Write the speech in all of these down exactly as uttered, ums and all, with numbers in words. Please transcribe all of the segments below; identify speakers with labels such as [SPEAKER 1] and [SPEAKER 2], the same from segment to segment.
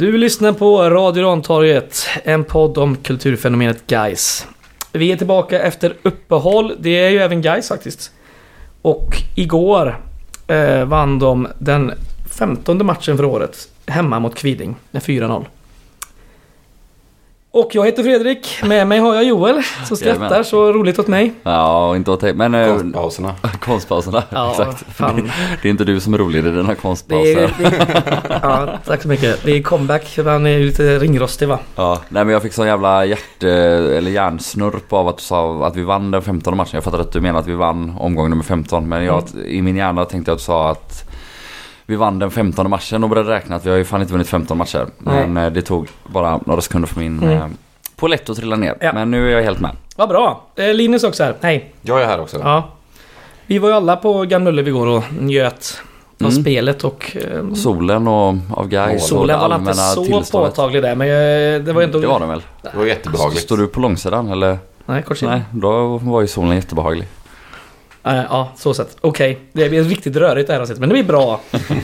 [SPEAKER 1] Du lyssnar på Radio Rantorget, en podd om kulturfenomenet Gais. Vi är tillbaka efter uppehåll, det är ju även Gais faktiskt. Och igår eh, vann de den femtonde matchen för året hemma mot Kviding med fyra noll. Och jag heter Fredrik, med mig har jag Joel som skrattar så roligt åt mig.
[SPEAKER 2] Ja, inte åt dig, men
[SPEAKER 3] konstpauserna.
[SPEAKER 2] konstpauserna,
[SPEAKER 1] ja,
[SPEAKER 2] exakt.
[SPEAKER 1] Fan.
[SPEAKER 2] Det är inte du som är rolig i dina konstpauser.
[SPEAKER 1] Det är, det, ja, tack så mycket. Det är comeback, man är lite ringrostig va?
[SPEAKER 2] Ja, nej men jag fick sån jävla hjärt eller hjärnsnurp av att du sa att vi vann den femtonde matchen. Jag fattade att du menar att vi vann omgång nummer femton, men jag, mm. i min hjärna tänkte jag att du sa att vi vann den femtonde matchen och började räkna att vi har ju fan inte vunnit femton matcher. Men mm. det tog bara några sekunder för min mm. eh, polett att trilla ner. Ja. Men nu är jag helt med.
[SPEAKER 1] Vad bra. Eh, Linus också här. Hej.
[SPEAKER 3] Jag är här också.
[SPEAKER 1] Ja. Vi var ju alla på Gamlulle igår och njöt av mm. spelet och eh,
[SPEAKER 2] solen och av Gais.
[SPEAKER 1] Solen var inte så påtaglig där, men eh, det var ändå...
[SPEAKER 2] Det var den väl?
[SPEAKER 3] Det var jättebehagligt.
[SPEAKER 2] Står du på långsidan eller?
[SPEAKER 1] Nej, kortsidan.
[SPEAKER 2] Nej, då var ju solen jättebehaglig.
[SPEAKER 1] Ja, så sett. Okej, okay. Det blir riktigt rörigt det här avsnittet, men det blir bra.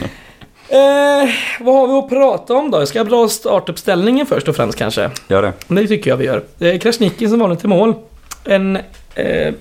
[SPEAKER 1] eh, vad har vi att prata om då? Jag ska dra startuppställningen först och främst kanske.
[SPEAKER 2] Gör det.
[SPEAKER 1] Det tycker jag vi gör. Det är Krasniqi som vanligt till mål. En, eh,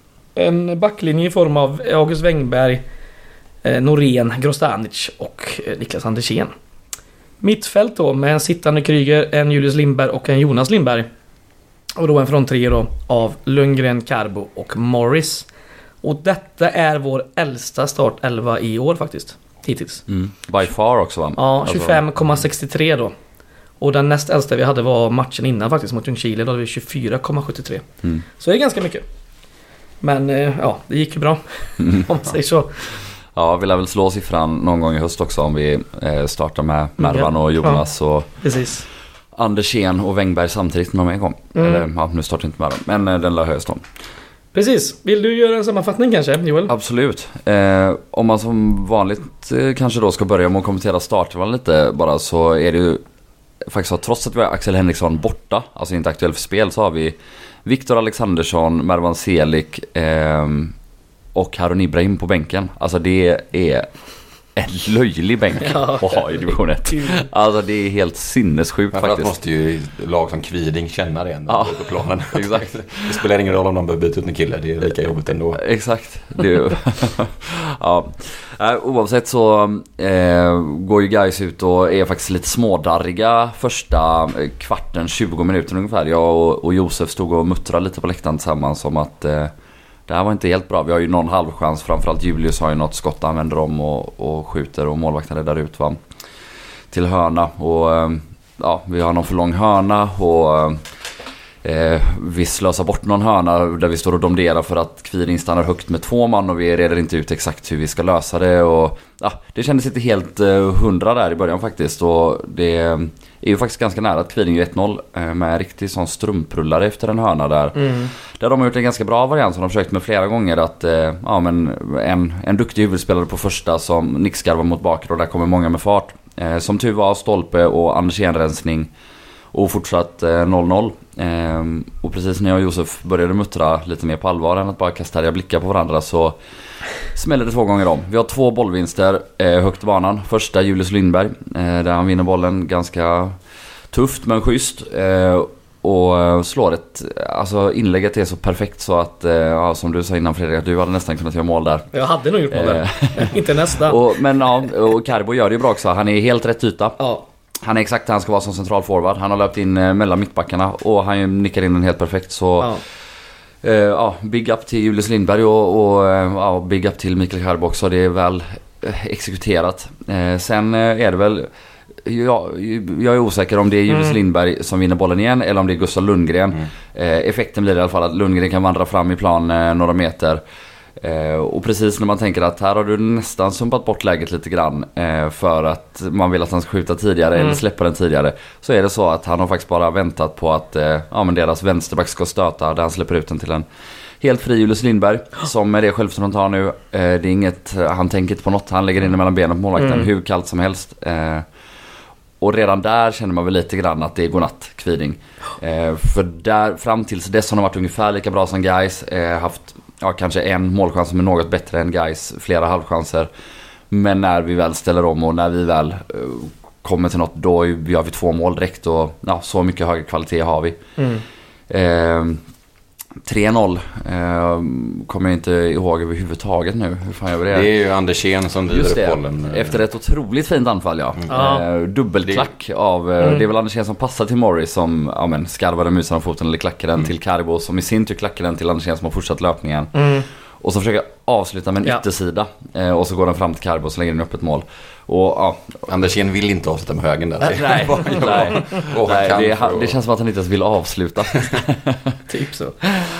[SPEAKER 1] en backlinje i form av August Wengberg, eh, Norén, Grostanic och eh, Niklas Andersén. Mittfält då med en sittande Kryger, en Julius Lindberg och en Jonas Lindberg. Och då en från tre då av Lundgren, Carbo och Morris. Och detta är vår äldsta startelva i år faktiskt. Hittills.
[SPEAKER 2] Mm. By far också va?
[SPEAKER 1] Ja, tjugofem komma sextiotre då. Och den näst äldsta vi hade var matchen innan faktiskt mot Ljungskile. Då hade vi tjugofyra komma sjuttiotre. Mm. Så det är ganska mycket. Men ja, det gick ju bra. Mm. Om man säger så.
[SPEAKER 2] Ja, vi lär väl slå siffran någon gång i höst också om vi startar med Mervan och Jonas och
[SPEAKER 1] precis.
[SPEAKER 2] Andersén och Wengberg samtidigt när de är igång. Mm. Eller ja, nu startar inte med dem. Men den lär höjas då.
[SPEAKER 1] Precis. Vill du göra en sammanfattning kanske, Joel?
[SPEAKER 2] Absolut. Eh, om man som vanligt eh, kanske då ska börja med att kommentera starten lite bara, så är det ju faktiskt så, trots att vi har Axel Henriksson borta, alltså inte aktuell för spel, så har vi Viktor Alexandersson, Mervan Selik eh, och Harun Ibrahim på bänken. Alltså det är en löjlig bänk att ha i division ett. Alltså det är helt sinnessjukt faktiskt.
[SPEAKER 3] Framförallt måste ju lag som Kviding känna det ändå
[SPEAKER 2] ja.
[SPEAKER 3] på planen. Exakt. Det spelar ingen roll om de behöver byta ut en kille, det är lika jobbigt ändå.
[SPEAKER 2] Exakt. Det är ju... ja. Oavsett så eh, går ju guys ut och är faktiskt lite smådarriga första kvarten, tjugo minuter ungefär. Jag och, och Josef stod och muttrade lite på läktaren tillsammans om att eh, det här var inte helt bra. Vi har ju någon halvchans. Framförallt Julius har ju något skott, använder dem och, och skjuter och målvakten räddar ut va? Till hörna. Och ja, vi har någon för lång hörna och eh, vi slösar bort någon hörna där vi står och domderar för att Kviding stannar högt med två man och vi reder inte ut exakt hur vi ska lösa det. Och ja, det kändes inte helt eh, hundra där i början faktiskt. Och det är ju faktiskt ganska nära att Kviding är ett noll eh, med en riktig sån strumprullare efter en hörna där. Mm. Där de har gjort en ganska bra variant som de har försökt med flera gånger att eh, ja, men en, en duktig huvudspelare på första som nickskarvar mot bakre och där kommer många med fart. Eh, som tur var stolpe och Andersén-rensning och fortsatt eh, noll noll. Eh, och precis när jag och Josef började muttra lite mer på allvar än att bara kasta härliga blickar på varandra så smäller det två gånger om. Vi har två bollvinster eh, högt banan. Första Julius Lindberg eh, där han vinner bollen ganska tufft men schysst. Eh, och slår ett, alltså inlägget är så perfekt så att eh, ja, som du sa innan Fredrik, du hade nästan kunnat göra mål där.
[SPEAKER 1] Jag hade nog gjort mål där. Inte nästan.
[SPEAKER 2] Och, men ja, och Carbo gör det ju bra också. Han är helt rätt yta. Ja. Han är exakt där han ska vara som central forward. Han har löpt in eh, mellan mittbackarna och han nickar in den helt perfekt. Så ja. Eh, ja, big up till Julius Lindberg och, och ja, big up till Mikael Carbo också. Det är väl eh, exekuterat. Eh, sen eh, är det väl jag, jag är osäker om det är Julius mm. Lindberg som vinner bollen igen eller om det är Gustav Lundgren. Mm. Eh, effekten blir i alla fall att Lundgren kan vandra fram i plan eh, några meter. Eh, och precis när man tänker att här har du nästan sumpat bort läget lite grann eh, för att man vill att han ska skjuta tidigare mm. eller släppa den tidigare, så är det så att han har faktiskt bara väntat på att eh, ja, men deras vänsterback ska stöta där han släpper ut den till en helt fri Julius Lindberg som med det självförtroendet han tar nu. Eh, det är inget, han tänker inte på något, han lägger in det mellan benen på målvakten mm. hur kallt som helst. Eh, och redan där känner man väl lite grann att det är godnatt Kviding. Eh, för där fram tills dess har de varit ungefär lika bra som Gais, eh, haft ja, kanske en målchans som är något bättre än Gais, flera halvchanser. Men när vi väl ställer om och när vi väl uh, kommer till något, då gör vi två mål direkt och ja, så mycket högre kvalitet har vi.
[SPEAKER 1] Mm.
[SPEAKER 2] Eh, tre noll eh, kommer jag inte ihåg överhuvudtaget nu. Hur fan gör vi det?
[SPEAKER 3] Det är ju Andersén som driver bollen.
[SPEAKER 2] Efter ett otroligt fint anfall, ja.
[SPEAKER 1] Mm. ja.
[SPEAKER 2] Eh, dubbelklack av, eh,
[SPEAKER 1] mm.
[SPEAKER 2] det är väl Andersén som passar till Morris som ja, men, skarvade musen av foten eller klackade den mm. till Carbo som i sin tur klackade den till Andersén som har fortsatt löpningen.
[SPEAKER 1] Mm.
[SPEAKER 2] Och så försöker avsluta med en
[SPEAKER 1] ja.
[SPEAKER 2] yttersida eh, och så går den fram till Carbo och så lägger den upp ett mål. Och ja,
[SPEAKER 3] Andersén vill inte avsluta med högen där.
[SPEAKER 2] Nej, nej, nej. nej det, är, det känns som att han inte ens vill avsluta.
[SPEAKER 1] Typ så.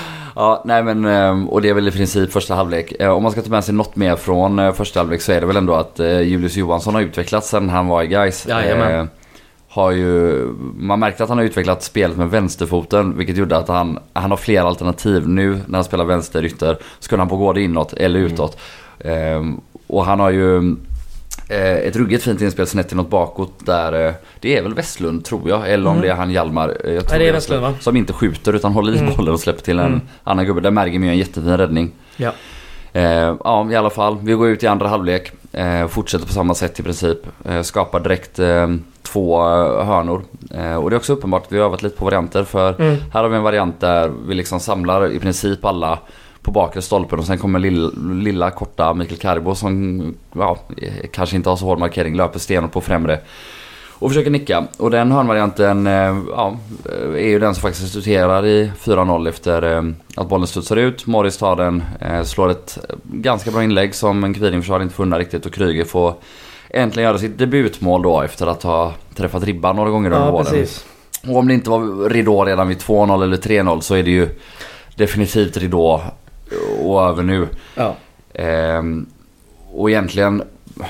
[SPEAKER 2] Ja, nej men, och det är väl i princip första halvlek. Om man ska ta med sig något mer från första halvlek så är det väl ändå att Julius Johansson har utvecklats sedan han var i Gais. Eh, har ju, man märkte att han har utvecklat spelet med vänsterfoten, vilket gjorde att han, han har fler alternativ nu när han spelar vänsterytter. Så kunde han på gå det inåt eller utåt. Mm. Eh, och han har ju ett ruggigt fint inspel snett till något bakåt där, det är väl Westlund tror jag, eller om mm. det är han Hjalmar, jag tror
[SPEAKER 1] Nej, det är Westlund, va?
[SPEAKER 2] Som inte skjuter utan håller i mm. bollen och släpper till en mm. annan gubbe. Där märker man ju en jättefin räddning.
[SPEAKER 1] Ja.
[SPEAKER 2] Eh, ja, i alla fall, vi går ut i andra halvlek, eh, fortsätter på samma sätt i princip, eh, skapar direkt eh, två hörnor, eh, och det är också uppenbart att vi har övat lite på varianter, för mm. här har vi en variant där vi liksom samlar i princip alla på bakre stolpen och sen kommer lilla, lilla korta Mikael Carbo som ja, kanske inte har så hård markering, löper stenor på främre och försöker nicka. Och den hörnvarianten ja, är ju den som faktiskt resulterar i fyra noll efter att bollen studsar ut. Morris tar den, slår ett ganska bra inlägg som en Kviding-försvar inte funnit riktigt, och Kryger får äntligen göra sitt debutmål då efter att ha träffat ribban några gånger under
[SPEAKER 1] ja,
[SPEAKER 2] våren. Och om det inte var ridå redan vid två noll eller tre noll så är det ju definitivt ridå och över nu.
[SPEAKER 1] Ja.
[SPEAKER 2] Ehm, och egentligen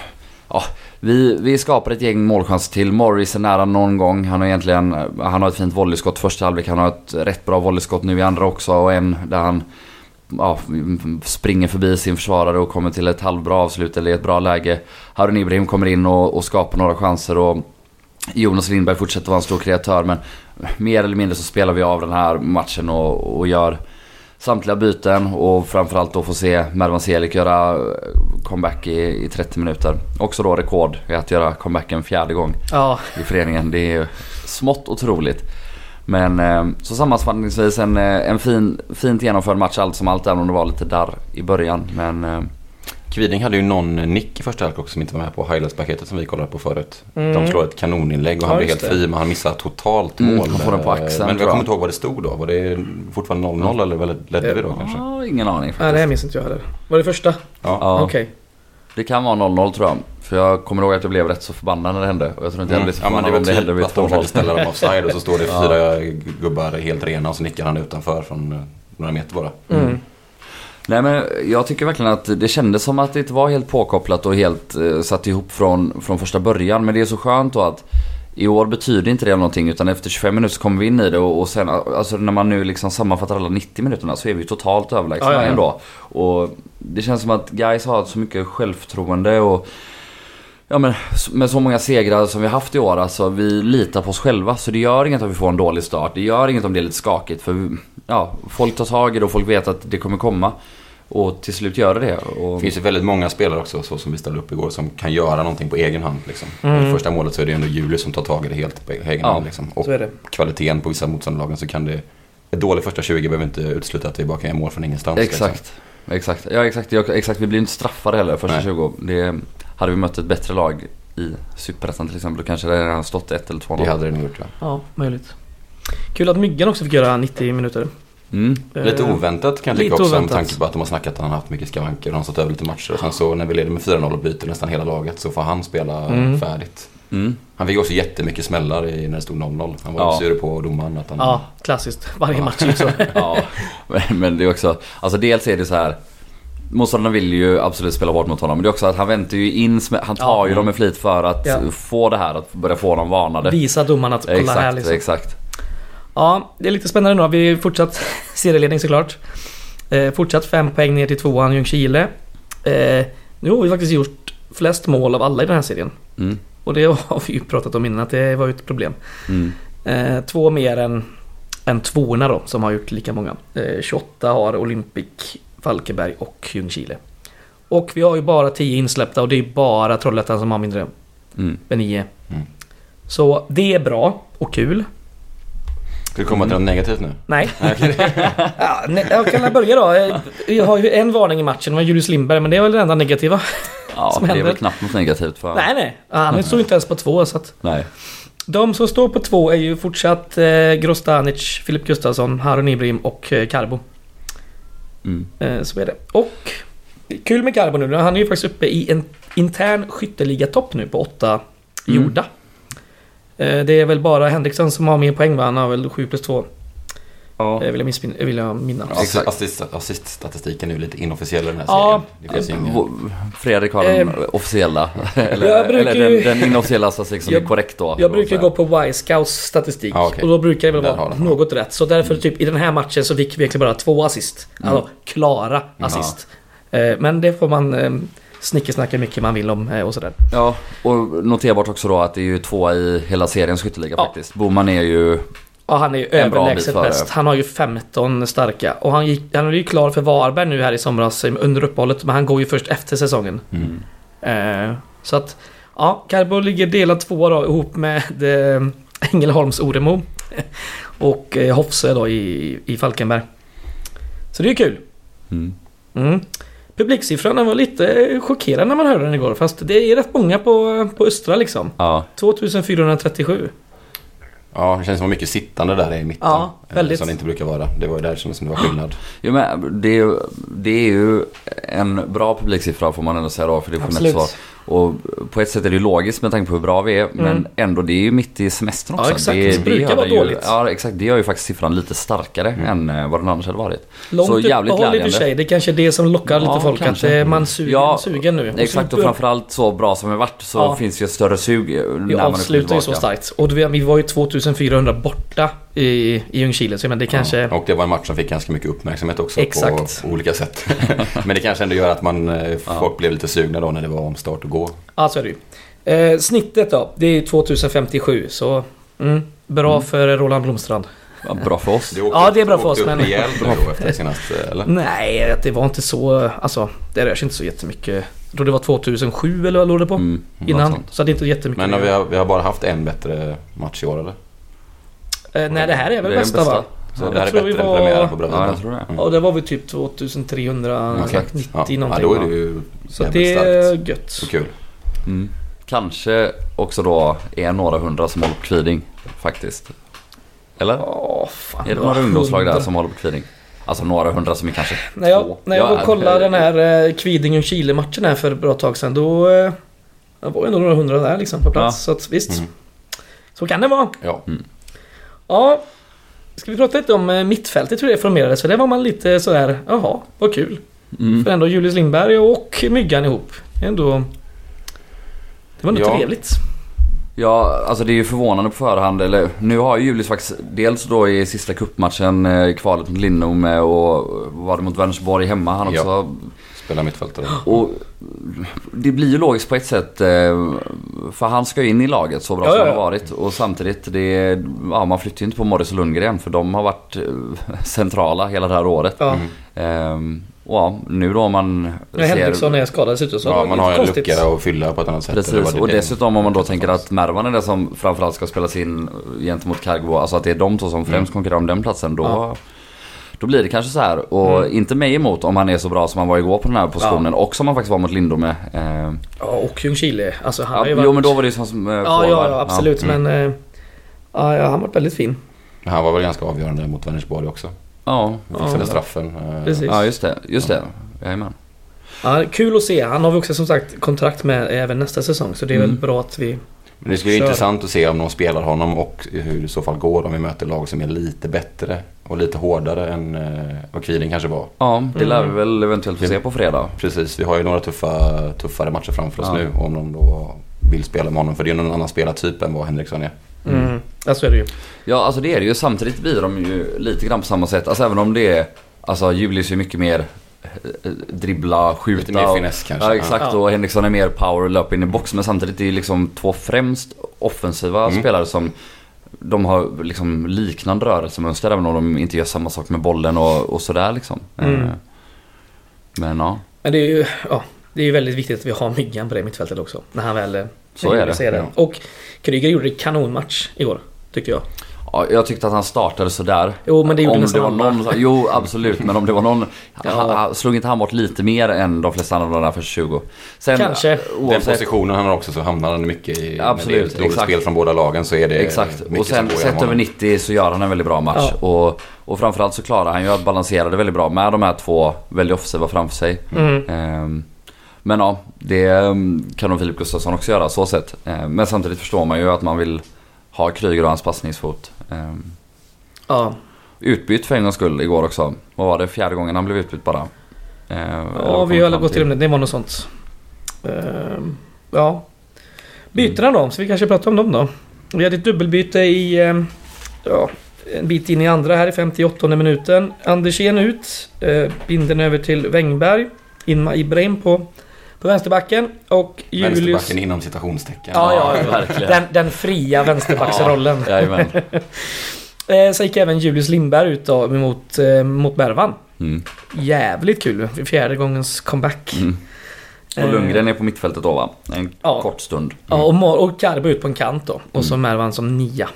[SPEAKER 2] ja, vi, vi skapar ett gäng målchans till. Morris är nära någon gång. Han har egentligen han har ett fint volleyskott första halvlek. Han har ett rätt bra volleyskott nu i andra också, och en där han ja, springer förbi sin försvarare och kommer till ett halvbra avslut eller ett bra läge. Harun Ibrahim kommer in och, och skapar några chanser, och Jonas Lindberg fortsätter vara en stor kreatör, men mer eller mindre så spelar vi av den här matchen och, och gör samtliga byten, och framförallt då få se Mervan Selik göra comeback i, i trettio minuter. Också då rekord i att göra comeback en fjärde gång
[SPEAKER 1] ja.
[SPEAKER 2] i föreningen. Det är smått otroligt. Men så sammanfattningsvis en, en fin, fint genomförd match allt som allt, även om det var lite där i början. Men
[SPEAKER 3] Kviding hade ju någon nick i första halvlek också som inte var med på highlights-paketet som vi kollade på förut. Mm. De slår ett kanoninlägg och ja, han blir helt det. fri, men han missar totalt mål. Mm,
[SPEAKER 2] han får den på axeln,
[SPEAKER 3] men jag kommer inte ihåg vad det stod då. Var det fortfarande noll noll mm. eller ledde vi då kanske?
[SPEAKER 2] Ja, ingen aning faktiskt.
[SPEAKER 1] Nej, det här minns inte jag heller. Var det första?
[SPEAKER 2] Ja. ja.
[SPEAKER 1] Okej. Okay.
[SPEAKER 2] Det kan vara noll noll tror jag. För jag kommer ihåg att jag blev rätt så förbannad när det hände. Och jag tror inte jag
[SPEAKER 3] mm.
[SPEAKER 2] blev så
[SPEAKER 3] ja, men det var
[SPEAKER 2] typ
[SPEAKER 3] det att de försökte ställa dem offside och så står det fyra ja. gubbar helt rena och så nickar han utanför från några meter bara.
[SPEAKER 2] Mm. Mm. Nej, men jag tycker verkligen att det kändes som att det inte var helt påkopplat och helt eh, satt ihop från, från första början. Men det är så skönt då att i år betyder inte det någonting, utan efter tjugofem minuter så kommer vi in i det, och, och sen alltså när man nu liksom sammanfattar alla nittio minuterna så är vi totalt överlägsna ja, ja, ja. ändå. Och det känns som att guys har så mycket självförtroende och ja, men med så många segrar som vi haft i år, alltså vi litar på oss själva, så det gör inget att vi får en dålig start. Det gör inget om det är lite skakigt, för vi, ja, folk tar tag i det och folk vet att det kommer komma. Och till slut gör det. Och
[SPEAKER 3] det finns ju väldigt många spelare också, så som vi ställde upp igår, som kan göra någonting på egen hand. Liksom. Mm. I första målet så är det ändå Julius som tar tag i det helt på egen ja, hand. Liksom. Och kvaliteten på vissa motståndarlagen, så kan det... Ett dåligt första tjugo behöver inte utesluta att vi bara kan göra mål från ingenstans.
[SPEAKER 2] Exakt.
[SPEAKER 3] Liksom.
[SPEAKER 2] Exakt. Ja, exakt. Ja, exakt. Vi blir inte straffade heller första
[SPEAKER 3] Nej.
[SPEAKER 2] tjugo. Det, hade vi mött ett bättre lag i Superettan till exempel, då kanske det hade stått ett eller två noll.
[SPEAKER 3] Det hade det nog gjort, ja.
[SPEAKER 1] Ja, möjligt. Kul att Myggan också fick göra nittio minuter.
[SPEAKER 2] Mm.
[SPEAKER 3] Lite oväntat kan jag tycka också, med tanke på att de har snackat att han har haft mycket skavanker och han har stått över lite matcher, och sen så när vi leder med fyra noll och byter nästan hela laget så får han spela mm. färdigt.
[SPEAKER 2] Mm.
[SPEAKER 3] Han fick också jättemycket smällar i när det stod noll noll. Han var ja. sur på domaren att han...
[SPEAKER 1] Ja, klassiskt. Varje match är så.
[SPEAKER 2] Ja, men, men det är också, alltså dels är det så här, motståndarna vill ju absolut spela bort mot honom, men det är också att han väntar ju in, han tar ja. ju dem med flit för att ja. få det här, att börja få dem varnade.
[SPEAKER 1] Visa domarna att kolla
[SPEAKER 2] exakt,
[SPEAKER 1] här liksom.
[SPEAKER 2] Exakt.
[SPEAKER 1] Ja, det är lite spännande nu. Vi fortsatt serieledning såklart. Eh, fortsatt fem poäng ner till tvåan Ljungskile. Eh, nu har vi faktiskt gjort flest mål av alla i den här serien.
[SPEAKER 2] Mm.
[SPEAKER 1] Och det har vi ju pratat om innan, att det var ju ett problem.
[SPEAKER 2] Mm.
[SPEAKER 1] Eh, två mer än, än tvåorna då, som har gjort lika många. Eh, tjugoåtta har Olympic, Falkenberg och Ljungskile. Och vi har ju bara tio insläppta, och det är bara Trollhättan som har mindre
[SPEAKER 2] mm.
[SPEAKER 1] än nio.
[SPEAKER 3] Mm.
[SPEAKER 1] Så det är bra och kul.
[SPEAKER 3] Ska du komma till något negativt nu?
[SPEAKER 1] Nej. ja, ne- jag kan börja då. Jag har ju en varning i matchen, det var Julius Lindberg, men det är väl det enda negativa.
[SPEAKER 2] Ja, det är väl knappt något negativt för...
[SPEAKER 1] Nej, nej. Han står inte ens på två, så att...
[SPEAKER 2] Nej.
[SPEAKER 1] De som står på två är ju fortsatt eh, Grostanic, Filip Gustafsson, Harun Ibrahim och eh, Karbo.
[SPEAKER 2] Mm.
[SPEAKER 1] Eh, så är det. Och kul med Karbo nu, han är ju faktiskt uppe i en intern skytteliga-topp nu på åtta
[SPEAKER 2] Mm.
[SPEAKER 1] gjorda. Eh, det är väl bara Henriksson som har mer poäng, va? Han har väl sju plus två.
[SPEAKER 2] Ja.
[SPEAKER 1] Eh, vill, jag missmin- vill jag minnas.
[SPEAKER 3] Ja, assist, assist, assiststatistiken är ju lite inofficiell i den här
[SPEAKER 1] Ja.
[SPEAKER 3] serien. Det finns ju ingen...
[SPEAKER 2] Fredrik har den
[SPEAKER 1] Eh,
[SPEAKER 2] officiella. eller
[SPEAKER 1] jag brukar
[SPEAKER 2] eller
[SPEAKER 1] ju-
[SPEAKER 2] den, den inofficiella statistiken som
[SPEAKER 1] Jag-
[SPEAKER 2] är korrekt då.
[SPEAKER 1] Jag brukar gå på Y-Scouts statistik.
[SPEAKER 3] Ja, okej.
[SPEAKER 1] Och då brukar det väl
[SPEAKER 3] Där
[SPEAKER 1] vara
[SPEAKER 3] har den.
[SPEAKER 1] något rätt. Så därför typ i den här matchen så fick vi egentligen bara två assist. Alltså klara assist. Eh, men det får man eh, snickesnacka mycket man vill om eh, och sådär.
[SPEAKER 2] Ja, och noterbart också då att det är ju två i hela seriens skytteliga
[SPEAKER 1] Ja.
[SPEAKER 2] faktiskt. Boman är ju...
[SPEAKER 1] Ja, han är ju
[SPEAKER 2] En bra bit
[SPEAKER 1] överlägset
[SPEAKER 2] före.
[SPEAKER 1] bäst. Han har ju femton starka. Och han, gick, han är ju klar för Varberg nu här i somras under uppehållet. Men han går ju först efter säsongen.
[SPEAKER 3] Mm.
[SPEAKER 1] Eh, så att, ja, Karbo ligger delad två då ihop med eh, Ängelholms Oremo. och eh, Hofse då i, i Falkenberg. Så det är ju kul.
[SPEAKER 2] Mm.
[SPEAKER 1] Mm. Publiksiffran var lite chockerande när man hörde den igår. Fast det är rätt många på, på Östra liksom.
[SPEAKER 2] Ja,
[SPEAKER 1] tvåtusenfyrahundratrettiosju.
[SPEAKER 3] Ja, det känns som mycket sittande där i mitten.
[SPEAKER 1] Ja, väldigt.
[SPEAKER 3] eh, Som det inte brukar vara. Det var ju där som det var skillnad.
[SPEAKER 2] jo, men det är, ju, det är ju en bra publiksiffra får man ändå säga då, för det får
[SPEAKER 1] Absolut.
[SPEAKER 2] svar. Och på ett sätt är det ju logiskt med tanke på hur bra vi är, men ändå det är ju mitt i semestern också.
[SPEAKER 1] Ja, exakt.
[SPEAKER 2] Det,
[SPEAKER 1] Det brukar
[SPEAKER 2] gör
[SPEAKER 1] vara
[SPEAKER 2] ju,
[SPEAKER 1] dåligt.
[SPEAKER 2] Ja, exakt. Det gör ju faktiskt siffran lite starkare än eh, vad den annars hade varit.
[SPEAKER 1] Långt
[SPEAKER 2] Så jävligt
[SPEAKER 1] uppehåll i och för
[SPEAKER 2] glädjande.
[SPEAKER 1] sig. Det är kanske är det som lockar lite
[SPEAKER 2] Ja,
[SPEAKER 1] folk.
[SPEAKER 2] kanske.
[SPEAKER 1] Att eh, man suger,
[SPEAKER 2] Ja,
[SPEAKER 1] sugen nu.
[SPEAKER 2] Exakt, och
[SPEAKER 1] så
[SPEAKER 2] framförallt så bra som vi varit så
[SPEAKER 1] Ja.
[SPEAKER 2] finns ju ett större sug eh, när
[SPEAKER 1] vi
[SPEAKER 2] man är
[SPEAKER 1] avslutar ju så
[SPEAKER 2] tillbaka.
[SPEAKER 1] starkt. Och vi, vi var ju tvåtusenfyrahundra borta i, i Ljungskile. Så men det kanske...
[SPEAKER 3] Ja. Och det var en match som fick ganska mycket uppmärksamhet också.
[SPEAKER 1] Exakt.
[SPEAKER 3] På olika sätt. Men det kanske ändå gör att man, eh, folk blev lite sugna då när det var om start och gå.
[SPEAKER 1] Ja, så är det ju. Eh, snittet då, det är tvåtusenfemtiosju. Så mm, bra
[SPEAKER 2] Mm.
[SPEAKER 1] för Roland Blomstrand.
[SPEAKER 2] Ja, bra för oss.
[SPEAKER 3] Det åkte
[SPEAKER 1] Ja,
[SPEAKER 3] upp-
[SPEAKER 1] det är bra för
[SPEAKER 3] åkte
[SPEAKER 1] oss,
[SPEAKER 3] upp
[SPEAKER 1] men-
[SPEAKER 3] rejält nu då efter senaste, eller?
[SPEAKER 1] Nej, det var inte så... Alltså, det rör sig inte så jättemycket. Jag tror det var tvåtusensju eller vad låg det på?
[SPEAKER 2] Mm,
[SPEAKER 1] Innan.
[SPEAKER 2] något sånt.
[SPEAKER 1] Så det är inte jättemycket.
[SPEAKER 3] Men vi har, vi har bara haft en bättre match i år, eller?
[SPEAKER 1] eh, nej, det här är väl
[SPEAKER 2] Det är
[SPEAKER 1] bästa,
[SPEAKER 2] den bästa.
[SPEAKER 1] va?
[SPEAKER 3] Så
[SPEAKER 1] Ja,
[SPEAKER 3] det här
[SPEAKER 1] jag
[SPEAKER 3] är
[SPEAKER 1] tror
[SPEAKER 3] bättre
[SPEAKER 1] vi
[SPEAKER 3] än
[SPEAKER 1] var-
[SPEAKER 3] premiären på Bröderna.
[SPEAKER 2] Ja, jag tror det.
[SPEAKER 3] Mm.
[SPEAKER 1] Ja, det var vi typ tvåtusentrehundranittio
[SPEAKER 3] Okej.
[SPEAKER 1] någonting.
[SPEAKER 3] Ja, då är det
[SPEAKER 1] va?
[SPEAKER 3] ju
[SPEAKER 1] Så
[SPEAKER 3] jävligt
[SPEAKER 1] det är
[SPEAKER 3] starkt.
[SPEAKER 1] gött.
[SPEAKER 3] Och kul.
[SPEAKER 2] Mm. Kanske också då är några hundra som håller på Kviding faktiskt. Eller?
[SPEAKER 1] Åh, fan.
[SPEAKER 2] Är det några ungdomslag där som håller på Kviding? Alltså några hundra som är kanske
[SPEAKER 1] När jag,
[SPEAKER 2] två.
[SPEAKER 1] när jag
[SPEAKER 2] Ja,
[SPEAKER 1] var och kollade den här eh, Kviding-Chile-matchen här för ett bra tag sedan. Då eh, det var ju ändå några hundra där liksom på plats.
[SPEAKER 2] Ja.
[SPEAKER 1] Så att, visst.
[SPEAKER 3] Mm.
[SPEAKER 1] Så kan det vara.
[SPEAKER 3] Ja.
[SPEAKER 1] Ja. Ska vi prata lite om eh, mittfältet, hur det formerades? För det var man lite sådär, jaha, vad kul.
[SPEAKER 2] Mm.
[SPEAKER 1] För ändå Julius Lindberg och Myggan ihop. Ändå... Det var ändå
[SPEAKER 3] Ja.
[SPEAKER 1] trevligt.
[SPEAKER 2] Ja, alltså det är ju förvånande på förhand. Eller, nu har ju Julius faktiskt dels då i sista cupmatchen eh, kvalet mot Lindom med och var det mot Vänersborg hemma. Han också.
[SPEAKER 3] Ja. Spela mittfältare.
[SPEAKER 2] Och det blir ju logiskt på ett sätt. eh, För han ska ju in i laget så bra
[SPEAKER 1] Ja,
[SPEAKER 2] som
[SPEAKER 1] ja,
[SPEAKER 2] han
[SPEAKER 1] ja.
[SPEAKER 2] har varit. Och samtidigt, det, ja, man flyttar ju inte på Morris och Lundgren. För de har varit eh, centrala hela det här året.
[SPEAKER 1] Ja.
[SPEAKER 3] Mm.
[SPEAKER 2] Ehm, och ja, nu då man
[SPEAKER 1] När Henriksson är skadad dessutom så
[SPEAKER 3] Ja,
[SPEAKER 1] var det
[SPEAKER 3] man
[SPEAKER 1] lite
[SPEAKER 3] har en
[SPEAKER 1] konstigt.
[SPEAKER 3] lucka att fylla på ett annat sätt. Det
[SPEAKER 2] Precis,
[SPEAKER 3] var
[SPEAKER 2] och
[SPEAKER 3] det-
[SPEAKER 2] dessutom om man då tänker att Mervan är det som framförallt ska spelas in gentemot Cargo, alltså att det är de två som främst konkurrerar om den platsen, då,
[SPEAKER 1] Ja.
[SPEAKER 2] då blir det kanske så här. Och
[SPEAKER 1] Mm.
[SPEAKER 2] inte mig emot om han är så bra som han var igår på den här positionen, och som han faktiskt var mot Lindom med. Eh,
[SPEAKER 1] Ja, och Ljungskile. Alltså han
[SPEAKER 2] ja,
[SPEAKER 1] har ju
[SPEAKER 2] jo
[SPEAKER 1] varit...
[SPEAKER 2] men då var det ju som eh,
[SPEAKER 1] Ja,
[SPEAKER 2] forward.
[SPEAKER 1] ja, ja, absolut.
[SPEAKER 3] Ja.
[SPEAKER 1] Men eh, ja, ja, han var väldigt fin.
[SPEAKER 3] Men han var väl ganska avgörande mot Vänersborg också.
[SPEAKER 2] Ja,
[SPEAKER 3] Vi fixade
[SPEAKER 1] Ja.
[SPEAKER 3] straffen. eh,
[SPEAKER 1] Precis.
[SPEAKER 2] ja just det, just det. Jajamän.
[SPEAKER 1] Ja, kul att se. Han har vi också som sagt kontrakt med även nästa säsong. Så det är
[SPEAKER 2] Mm.
[SPEAKER 1] väl bra att vi...
[SPEAKER 3] Men det ska ju
[SPEAKER 1] Kör.
[SPEAKER 3] intressant att se om de spelar honom och hur det i så fall går om vi möter lag som är lite bättre och lite hårdare än eh, vad Kviding kanske var.
[SPEAKER 2] Ja, det lär
[SPEAKER 1] Mm.
[SPEAKER 2] vi väl eventuellt få se på fredag.
[SPEAKER 3] Precis, vi har ju några tuffa, tuffare matcher framför oss
[SPEAKER 2] Ja.
[SPEAKER 3] nu om de då vill spela med honom. För det är någon annan spelartyp än vad Henriksson är.
[SPEAKER 1] Mm. Ja, så är det ju.
[SPEAKER 2] Ja, alltså det är det ju. Samtidigt blir de ju lite grann på samma sätt. Alltså även om det är... Alltså Julius är mycket mer eh, dribbla, skjuta.
[SPEAKER 3] Lite mer
[SPEAKER 2] och-
[SPEAKER 3] finess kanske.
[SPEAKER 2] Ja, exakt.
[SPEAKER 1] Ja.
[SPEAKER 2] Och Henriksson är mer power, löp in i box. Men samtidigt är det liksom två främst offensiva
[SPEAKER 3] Mm.
[SPEAKER 2] spelare som... De har liksom liknande rörelsemönster även om de inte gör samma sak med bollen och, och sådär liksom.
[SPEAKER 1] Mm.
[SPEAKER 2] Eh, Men ja.
[SPEAKER 1] Men det är ju... Ja, det är ju väldigt viktigt att vi har Myggan på det mittfältet också. När han väl... eh,
[SPEAKER 2] Så är det.
[SPEAKER 1] det. Och Kryger gjorde en kanonmatch igår, tycker jag.
[SPEAKER 2] Ja, jag tyckte att han startade så där.
[SPEAKER 1] Jo, men det gjorde
[SPEAKER 2] om
[SPEAKER 1] nästan
[SPEAKER 2] det var någon, Jo, absolut. Men om det var någon...
[SPEAKER 1] Ja.
[SPEAKER 2] ha, slog inte han bort lite mer än de flesta andra där för tjugo? Sen,
[SPEAKER 1] Kanske.
[SPEAKER 3] Oavsett, den positionen han har också, så hamnar han mycket i...
[SPEAKER 2] Absolut,
[SPEAKER 3] när det är ett spel från båda lagen, så är det...
[SPEAKER 2] Exakt. Och sen sett över nittio så gör han en väldigt bra match. Ja. Och, och framförallt så klarar han ju att balansera det väldigt bra med de här två väldigt offensiva framför sig.
[SPEAKER 1] Mm.
[SPEAKER 2] Um, men ja, det kan nog Filip Gustafsson också göra så sett. Um, men samtidigt förstår man ju att man vill ha Kryger och hans passningsfot. Um,
[SPEAKER 1] Ja.
[SPEAKER 2] Utbytt för en gångs skull igår också. Vad var det? Fjärde gången han blev utbytt bara. Uh,
[SPEAKER 1] ja, vi har gått till det. Det var något sånt. Uh, ja. Bytena då, så vi kanske pratar om dem då. Vi hade ett dubbelbyte i uh, ja, en bit in i andra här i femtioåttonde minuten. Andersén ut. Uh, binden över till Wängberg. In med Ibrahim på, på vänsterbacken. Och Julius...
[SPEAKER 3] Vänsterbacken inom citationstecken.
[SPEAKER 1] Ja, ja, ja verkligen. Den, den fria vänsterbacksrollen.
[SPEAKER 2] Ja, jajamän.
[SPEAKER 1] Så gick även Julius Lindberg ut då mot, mot Mervan.
[SPEAKER 2] Mm.
[SPEAKER 1] Jävligt kul. Fjärde gångens comeback.
[SPEAKER 2] Mm. Och Lundgren är på mittfältet då, va? En ja. kort stund.
[SPEAKER 1] Mm. Ja, och, Mar- och Karbo ut på en kant då. Och mm. så Mervan som nia.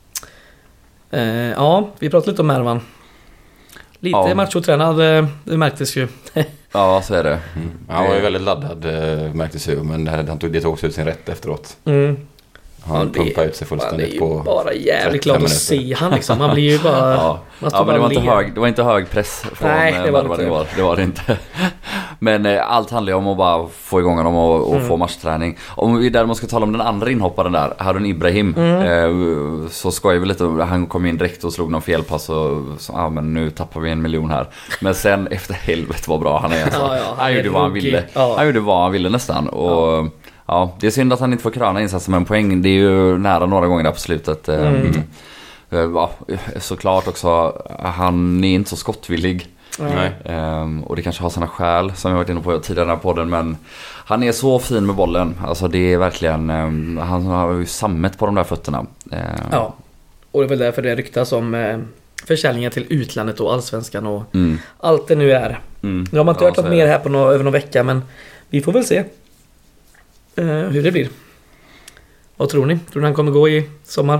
[SPEAKER 1] Uh, ja, vi pratade lite om Mervan. Lite ja. machotränad, det märktes ju.
[SPEAKER 2] Ja, så är det.
[SPEAKER 3] Mm. Han var ju väldigt laddad, märktes ju. Men det tog, det tog också ut sin rätt efteråt.
[SPEAKER 1] Mm.
[SPEAKER 3] Han ja, pumpar ut sig fullständigt på...
[SPEAKER 1] Det är bara jävligt glad att se han liksom. Han blir ju bara...
[SPEAKER 2] ja, ja men det var, inte hög, det var inte hög press från Nej, det var, det, var, det var det inte. Men eh, allt handlar ju om att bara få igång honom och, och mm. få matchträning. Om vi däremot ska tala om den andra inhopparen där, Harun Ibrahim, mm. eh, så skojar vi lite. Han kom in direkt och slog någon felpass och så, ah, men nu tappar vi en miljon här. Men sen efter helvete vad bra han är. Så. Ja, ja, han, han gjorde vad han ville. Ja. Han gjorde vad han ville nästan. Och... Ja. Ja, det är synd att han inte får kröna insatsen med en poäng. Det är ju nära några gånger där på slutet. Mm. Ja, såklart också. Han är inte så skottvillig.
[SPEAKER 1] Mm.
[SPEAKER 2] Um, och det kanske har sina skäl som jag varit inne på tidigare i den här podden. Men han är så fin med bollen. Alltså det är verkligen... Um, han har ju sammet på de där fötterna. Um,
[SPEAKER 1] ja, och det är väl därför det ryktas om uh, försäljningar till utlandet och allsvenskan och mm. allt det nu är. Mm. Nu har man inte ja, hört något mer här på no- över någon vecka, men vi får väl se. Uh, hur det blir. Vad tror ni? Tror ni han kommer gå i sommar?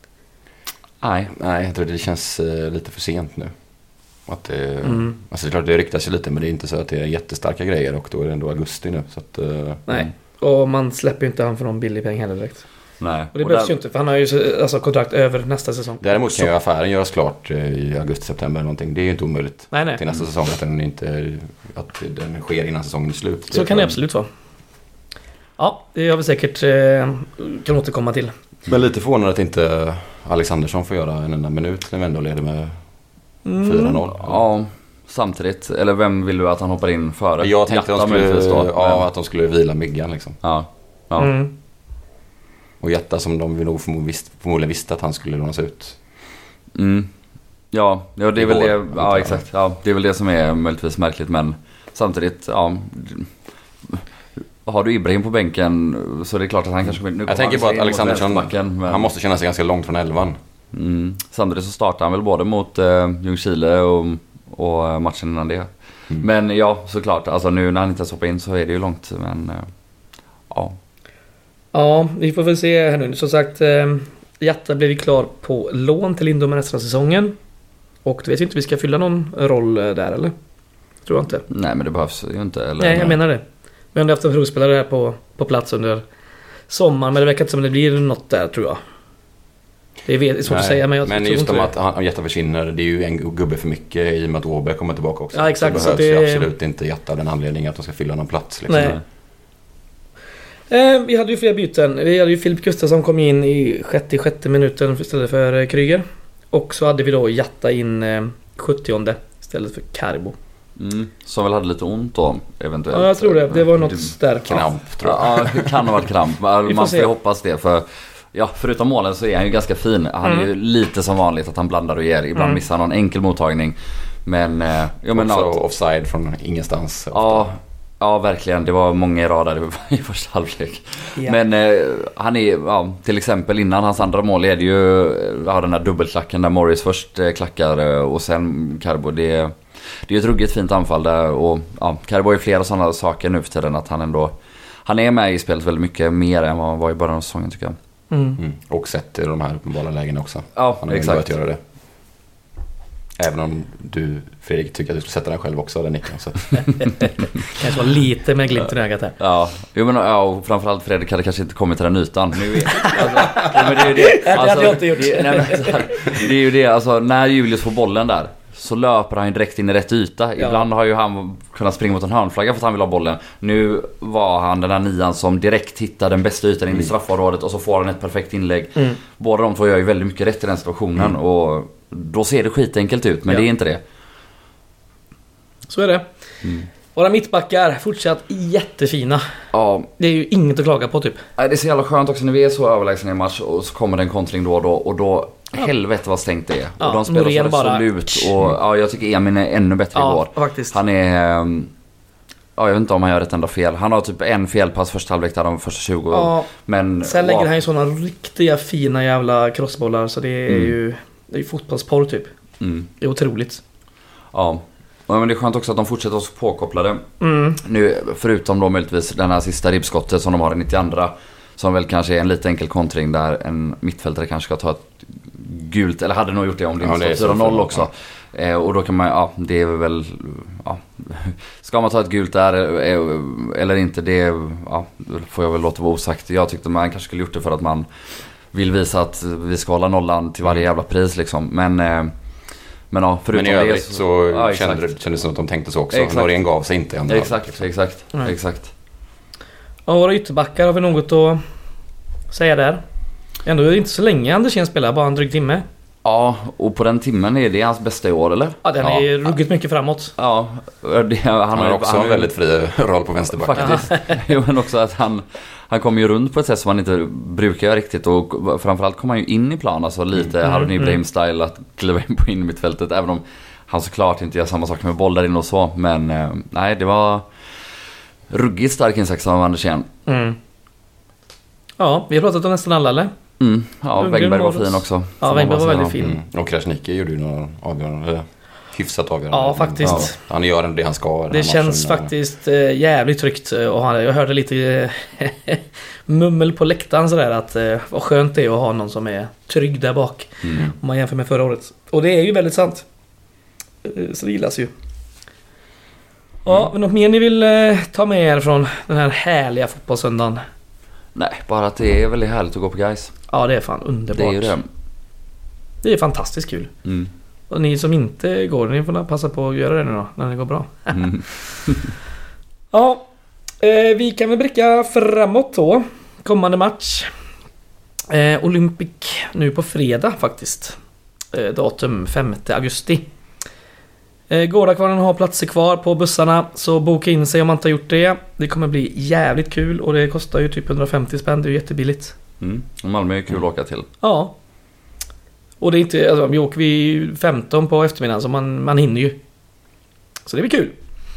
[SPEAKER 3] Nej, nej jag tror det känns uh, lite för sent nu. Att det, mm. Alltså det är klart det ryktas ju lite, men det är inte så att det är jättestarka grejer och då är det ändå augusti nu. Så att, uh,
[SPEAKER 1] nej, mm. och man släpper ju inte han för någon billig peng heller direkt.
[SPEAKER 2] Nej.
[SPEAKER 1] Och det och behövs där... ju inte, för han har ju alltså, kontrakt över nästa säsong.
[SPEAKER 3] Däremot kan ju affären göras klart i augusti-september eller någonting. Det är ju inte omöjligt
[SPEAKER 1] nej, nej.
[SPEAKER 3] till nästa säsong att den, inte, att den sker innan säsongen är slut.
[SPEAKER 1] Så det kan det absolut vara. Ja, det har vi säkert eh, kan återkomma till.
[SPEAKER 3] Men lite förvånad att inte Alexandersson får göra en enda minut när vi ändå leder med mm. fyra noll.
[SPEAKER 2] Ja, samtidigt. Eller vem vill du att han hoppar in före?
[SPEAKER 3] Jag tänkte att de skulle, ja, att de skulle vila Myggan liksom.
[SPEAKER 2] Ja, ja.
[SPEAKER 3] Mm. Och Jätta som de nog förmodligen visste att han skulle lånas ut.
[SPEAKER 2] Mm. Ja, ja, det är väl det, ja, exakt. Ja, det är väl det som är möjligtvis märkligt, men samtidigt, ja... Har du Ibrahim på bänken så är det klart att han kanske... Nu
[SPEAKER 3] jag tänker på att Alexandersson, men... han måste känna sig ganska långt från elvan.
[SPEAKER 2] Mm. Samtidigt så startar han väl både mot eh, Ljungskile och, och matchen innan det. Mm. Men ja, såklart. Alltså nu när han inte hoppar in så är det ju långt. Men eh, ja.
[SPEAKER 1] Ja, vi får väl se här nu. Som sagt, eh, Jatta blev klar på lån till Lindom nästa säsongen. Och du vet inte, vi ska fylla någon roll där, eller? Tror jag inte.
[SPEAKER 2] Nej, men det behövs ju inte. Eller?
[SPEAKER 1] Nej, jag menar det. Vi har haft en provspelare här på, på plats under sommaren, men det verkar inte som det blir något där, tror jag. Det är, det är svårt Nej, att säga, men jag
[SPEAKER 3] men
[SPEAKER 1] tror
[SPEAKER 3] just
[SPEAKER 1] inte
[SPEAKER 3] om att han, Jätta försvinner, det är ju en gubbe för mycket i och med att Åberg kommer tillbaka också.
[SPEAKER 1] Ja, exakt.
[SPEAKER 3] Så,
[SPEAKER 1] så
[SPEAKER 3] behövs
[SPEAKER 1] det
[SPEAKER 3] ju absolut inte Jätta av den anledningen att de ska fylla någon plats. Liksom.
[SPEAKER 1] Nej. Eh, vi hade ju flera byten. Vi hade ju Filip Gustafsson kom in i sjätte, sjätte minuten istället för eh, Kryger. Och så hade vi då Jätta in eh, sjuttionde istället för Karbo.
[SPEAKER 2] Mm, som väl hade lite ont då, eventuellt.
[SPEAKER 1] Ja, jag tror det. Det var något där.
[SPEAKER 3] Kramp, tror jag.
[SPEAKER 2] Ja, det kan ha varit kramp. Man får se. hoppas det, för ja, förutom målen så är han ju ganska fin. Han mm. är ju lite som vanligt att han blandar och ger. Ibland mm. missar han någon enkel mottagning. Men, eh, ja, men
[SPEAKER 3] också något... offside från ingenstans.
[SPEAKER 2] Ja, ja, verkligen. Det var många i radar i första halvlek. Ja. Men eh, han är, ja, till exempel innan hans andra mål är det ju ja, den här dubbelklacken där Morris först eh, klackar och sen Karbo. Det är Det är ett ruggigt fint anfall där. Och ja, Karbo är flera sådana saker nu för tiden att han ändå han är med i spelet väldigt mycket mer än vad han var i början av säsongen tycker jag.
[SPEAKER 1] Mm.
[SPEAKER 3] Mm. Och sett i de här uppenbara lägena också.
[SPEAKER 2] Ja,
[SPEAKER 3] han har
[SPEAKER 2] exakt.
[SPEAKER 3] börjat göra det. Även om du, Fredrik, tycker att du skulle sätta den själv också, den nicken. Så.
[SPEAKER 1] Kanske var lite med glimt i ögat här.
[SPEAKER 2] Ja, jo, men, ja, och framförallt Fredrik hade kanske inte kommit till den ytan. Nu är, alltså, ja, men det är ju det.
[SPEAKER 1] Det hade jag inte gjort.
[SPEAKER 2] Det, nej, men, så här, det är ju det, alltså när Julius får bollen där så löper han direkt in i rätt yta.
[SPEAKER 1] Ja.
[SPEAKER 2] Ibland har ju han kunnat springa mot en hörnflagga för att han vill ha bollen. Nu var han den här nian som direkt hittar den bästa ytan in i straffområdet och så får han ett perfekt inlägg. Mm. Båda de två gör ju väldigt mycket rätt i den situationen mm. och då ser det skitenkelt ut, men ja. Det är inte det.
[SPEAKER 1] Så är det. Mm. Våra mittbackar fortsatt jättefina.
[SPEAKER 2] Ja.
[SPEAKER 1] Det är ju inget att klaga på typ.
[SPEAKER 2] Det är så jävla skönt också när vi är så överlägsna i match och så kommer det en kontring då och då och då ja. Helvete vad stängt det är. Ja, och de spelar så bara... resolut och ja, jag tycker Emin är ännu bättre
[SPEAKER 1] ja,
[SPEAKER 2] igår.
[SPEAKER 1] Faktiskt.
[SPEAKER 2] Han är ja, jag vet inte om han gör ett enda fel. Han har typ en felpass första halvlek där de första tjugo.
[SPEAKER 1] Ja.
[SPEAKER 2] Men
[SPEAKER 1] sen lägger han ju såna riktiga fina jävla crossbollar så det är mm. ju det är ju fotbollsporr typ. Mm. Det är otroligt.
[SPEAKER 2] Ja. Men det är skönt också att de fortsätter oss påkopplade. Mm. Nu, förutom då möjligtvis den här sista ribbskottet som de har i nittioandra. Som väl kanske är en lite enkel kontring där en mittfältare kanske ska ta ett gult. Eller hade nog gjort det om det inte ja, stod fyra noll också. Ja. Eh, och då kan man, ja det är väl, ja. Ska man ta ett gult där eller inte, det ja, får jag väl låta vara osagt. Jag tyckte man kanske skulle gjort det för att man vill visa att vi ska hålla nollan till varje jävla pris liksom. Men... Eh, Men, ja,
[SPEAKER 3] men i övrigt så, så ja, kände det kändes som att de tänkte så också. Norén gav sig inte ändå.
[SPEAKER 2] Exakt,
[SPEAKER 3] liksom.
[SPEAKER 2] exakt, mm. exakt.
[SPEAKER 1] Ja, våra ytterbackar har vi något att säga där. Ändå är det inte så länge Andersén spelar, bara en dryg timme.
[SPEAKER 2] Ja, och på den timmen är det hans bästa i år, eller?
[SPEAKER 1] Ja, den
[SPEAKER 2] ja.
[SPEAKER 1] är ruggigt mycket framåt.
[SPEAKER 2] Ja, det, han,
[SPEAKER 3] han har också han, en väldigt fri roll på vänsterbacken.
[SPEAKER 2] Faktiskt. Jo, men också att han, han kommer ju runt på ett sätt som han inte brukar göra riktigt. Och framförallt kommer han ju in i plan, alltså lite mm. Harun Ibrahim-style att kliva in på in mittfältet. Även om han såklart inte gör samma sak med bollar in och så. Men eh, nej, det var ruggigt stark insats av Andersén. Mm.
[SPEAKER 1] Ja, vi har pratat om nästan alla, eller?
[SPEAKER 2] Mm. Ja, Wängberg var fin också.
[SPEAKER 1] Ja, Wängberg var väldigt fin. Mm.
[SPEAKER 3] Och Krasniqi gjorde ju några avgörande, hyfsat avgörande.
[SPEAKER 1] Ja, faktiskt.
[SPEAKER 3] Ja, han gör det han ska.
[SPEAKER 1] Det känns matchen. faktiskt äh, jävligt tryggt. Och han, jag hörde lite äh, mummel på läktaren sådär att äh, vad skönt det är att ha någon som är trygg där bak. Mm. Om man jämför med förra året. Och det är ju väldigt sant. Så det gillas ju. Ja, mm. men något mer ni vill äh, ta med er från den här härliga fotbollssöndagen?
[SPEAKER 2] Nej, bara att det är väldigt härligt att gå på guys.
[SPEAKER 1] Ja, det är fan underbart.
[SPEAKER 2] Det är ju det.
[SPEAKER 1] Det är fantastiskt kul. Mm. Och ni som inte går, ni får passa på att göra det nu då, när det går bra. Mm. Ja, eh, vi kan väl blicka framåt då. Kommande match. Eh, Olympic nu på fredag faktiskt. Eh, datum femte augusti. Eh, Gårdakvarnen har platser kvar på bussarna, så boka in sig om man inte har gjort det. Det kommer bli jävligt kul och det kostar ju typ hundrafemtio spänn, det är ju jättebilligt.
[SPEAKER 2] Mm. Och Malmö är kul att åka till.
[SPEAKER 1] Ja. Och det är inte, alltså, vi åker vi femton på eftermiddagen, så man, man hinner ju. Så det blir kul.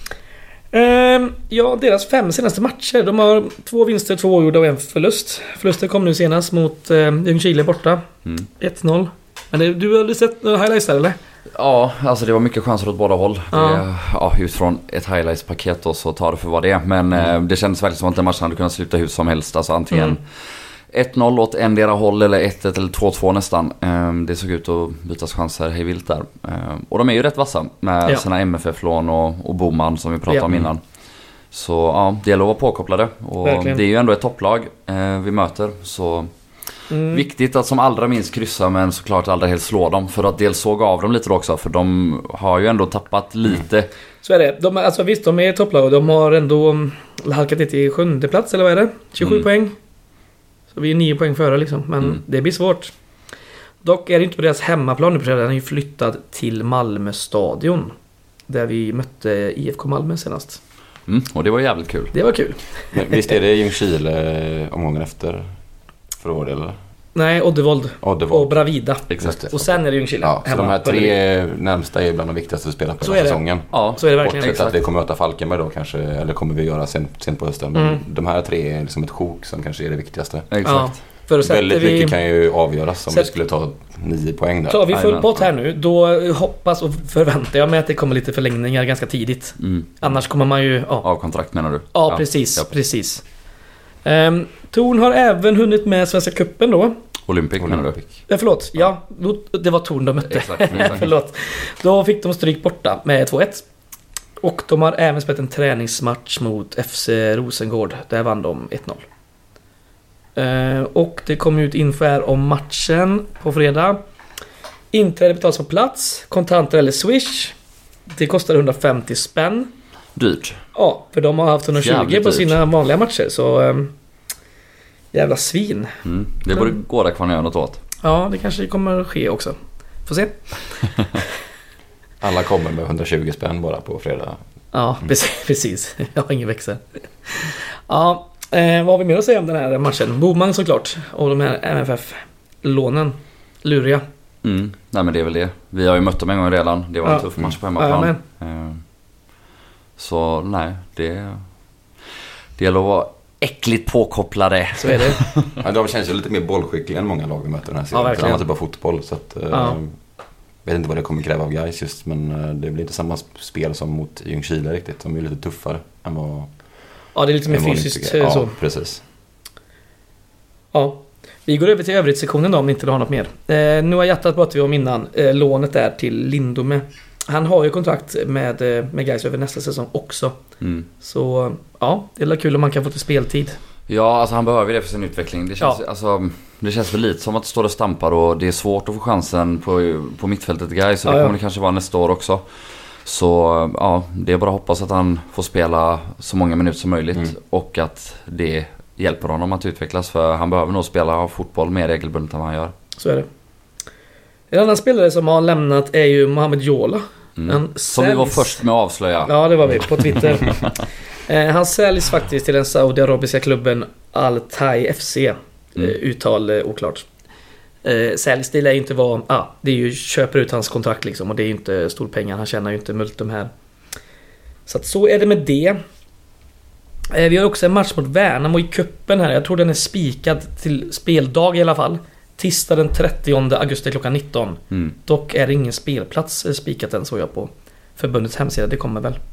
[SPEAKER 1] Ehm, ja, deras fem senaste matcher, de har två vinster, två oavgjorda och en förlust. Förlusten kom nu senast mot eh, Ljungskile borta. Mm. ett noll. Men det, du har sett några highlights där, eller?
[SPEAKER 2] Ja, alltså det var mycket chanser åt båda håll.
[SPEAKER 1] Ja.
[SPEAKER 2] Det, ja, utifrån ett highlights-paket då, så tar det för vad det är. Men mm. eh, det kändes verkligen som att den matchen hade kunnat sluta hur som helst. Alltså antingen mm. ett noll åt endera håll eller ett ett eller två två nästan. Eh, det såg ut att bytas chanser hej vilt där. Eh, och de är ju rätt vassa med ja. sina M F F-lån och, och Boman som vi pratade ja. om innan. Så ja, det gäller att vara påkopplade. Och verkligen. Det är ju ändå ett topplag eh, vi möter, så... Mm. Viktigt att som allra minst kryssa, men såklart allra helst slå dem, för att dels såga av dem lite då också, för de har ju ändå tappat lite. Mm. Så
[SPEAKER 1] är det. De, alltså visst, de är topplag och de har ändå halkat ner till sjunde plats, eller vad är det? tjugosju mm. poäng. Så vi är nio poäng före liksom, men mm. det blir svårt. Dock är det inte på deras hemmaplan nu, för den är ju flyttad till Malmö stadion, där vi mötte I F K Malmö senast.
[SPEAKER 2] Mm, och det var jävligt kul.
[SPEAKER 1] Det var kul.
[SPEAKER 3] Men visst är det Ljungskile omgången efter? För vår del, eller?
[SPEAKER 1] Nej, Oddevold, Oddevold och Bravida.
[SPEAKER 3] Exakt.
[SPEAKER 1] Och sen är det Ljungskile.
[SPEAKER 3] Ja, så de här tre närmsta är bland de viktigaste att spela på
[SPEAKER 1] så
[SPEAKER 3] den här säsongen.
[SPEAKER 1] Ja, så är det verkligen.
[SPEAKER 3] Bortsett att vi kommer möta Falkenberg då kanske, eller kommer vi göra sen, sen på hösten. Men mm. de här tre är liksom ett sjok som kanske är det viktigaste.
[SPEAKER 2] Exakt.
[SPEAKER 1] Ja, för
[SPEAKER 3] väldigt
[SPEAKER 1] vi...
[SPEAKER 3] mycket kan ju avgöras om vi skulle ta nio poäng där.
[SPEAKER 1] Tar vi full pott här nu, då hoppas och förväntar jag mig att det kommer lite förlängningar ganska tidigt. Mm. Annars kommer man ju... Ja.
[SPEAKER 2] Av kontrakt menar du?
[SPEAKER 1] Ja, ja. precis, ja. precis. Um, Torn har även hunnit med Svenska cupen då.
[SPEAKER 2] Olympic menar du?
[SPEAKER 1] Ja, förlåt. Ja, det var Torn de mötte.
[SPEAKER 2] Exakt, exakt.
[SPEAKER 1] Förlåt. Då fick de stryk borta med två ett. Och de har även spelat en träningsmatch mot F C Rosengård. Där vann de ett noll. Uh, och det kom ut info här om matchen på fredag. Inträde betalas på plats, kontanter eller Swish. Det kostar hundrafemtio spänn.
[SPEAKER 2] Dyrt.
[SPEAKER 1] Ja, för de har haft hundratjugo
[SPEAKER 2] Jävligt
[SPEAKER 1] på sina
[SPEAKER 2] dyrt.
[SPEAKER 1] vanliga matcher. Så um, jävla svin.
[SPEAKER 2] Mm. Det borde
[SPEAKER 1] Men,
[SPEAKER 2] gå där kvar göra något åt.
[SPEAKER 1] Ja, det kanske kommer att ske också. Får se.
[SPEAKER 3] Alla kommer med hundratjugo spänn bara på fredag.
[SPEAKER 1] Ja, mm. precis, precis. Jag har ingen växel. Ja, eh, vad har vi mer att säga om den här matchen? Boman såklart. Och de här M F F-lånen. Luriga.
[SPEAKER 2] Mm. Nej men det är väl det. Vi har ju mött dem en gång redan. Det var en
[SPEAKER 1] Ja.
[SPEAKER 2] tuff match på hemmaplan.
[SPEAKER 1] Ja,
[SPEAKER 2] eh, så nej, det det gäller att vara äckligt påkopplade.
[SPEAKER 1] Så är det.
[SPEAKER 3] Ja, de känns ju lite mer bollskickliga än många lag vi möter den här
[SPEAKER 1] Ja,
[SPEAKER 3] serien.
[SPEAKER 1] verkligen.
[SPEAKER 3] Det är typ av fotboll. Så att, eh,
[SPEAKER 1] Ja.
[SPEAKER 3] vet inte vad det kommer kräva av guys just. Men eh, det blir inte samma spel som mot Ljungskile riktigt. De är lite tuffare än vad...
[SPEAKER 1] Ja, det är lite mer
[SPEAKER 3] än vad
[SPEAKER 1] fysiskt
[SPEAKER 3] Olympica.
[SPEAKER 1] eh,
[SPEAKER 3] Ja,
[SPEAKER 1] så.
[SPEAKER 3] precis.
[SPEAKER 1] Ja. Vi går över till övrigt-sektionen då om ni inte har något mer. Eh, nu har hjärtat pratat vi om innan. Eh, lånet är till Lindome. Han har ju kontrakt med, eh, med guys över nästa säsong också.
[SPEAKER 2] Mm.
[SPEAKER 1] Så ja, det är väl kul om man kan få till speltid.
[SPEAKER 2] Ja, alltså han behöver det för sin utveckling. Det känns,
[SPEAKER 1] Ja.
[SPEAKER 2] alltså, det känns väl lite som att stå och stampar och det är svårt att få chansen på, på mittfältet guys. Så
[SPEAKER 1] Ja,
[SPEAKER 2] det
[SPEAKER 1] ja.
[SPEAKER 2] kommer det kanske vara nästa år också. Så ja, det är bara att hoppas att han får spela så många minuter som möjligt.
[SPEAKER 3] Mm.
[SPEAKER 2] Och att det hjälper honom att utvecklas. För han behöver nog spela fotboll mer regelbundet än vad han gör.
[SPEAKER 1] Så är det. En annan spelare som har lämnat är ju Mohamed Jola.
[SPEAKER 2] Mm.
[SPEAKER 1] En
[SPEAKER 2] Som vi var
[SPEAKER 1] säljs-
[SPEAKER 2] först med att avslöja.
[SPEAKER 1] Ja, det var vi på Twitter. eh, han säljs faktiskt till den saudiarabiska klubben Al-Tai F C.
[SPEAKER 2] Mm.
[SPEAKER 1] Eh, uttal eh, oklart. Eh, säljs, det lär ju inte vara... Ah, det är ju köper ut hans kontrakt liksom. Och det är ju inte stor pengar. Han tjänar ju inte multum här. Så att så är det med det. Eh, vi har också en match mot Värnamo i kuppen här. Jag tror den är spikad till speldag i alla fall. Tisdag den trettionde augusti klockan nitton.
[SPEAKER 2] Mm.
[SPEAKER 1] Dock är det ingen spelplats eh, spikat än, såg jag på förbundets hemsida. Det kommer väl.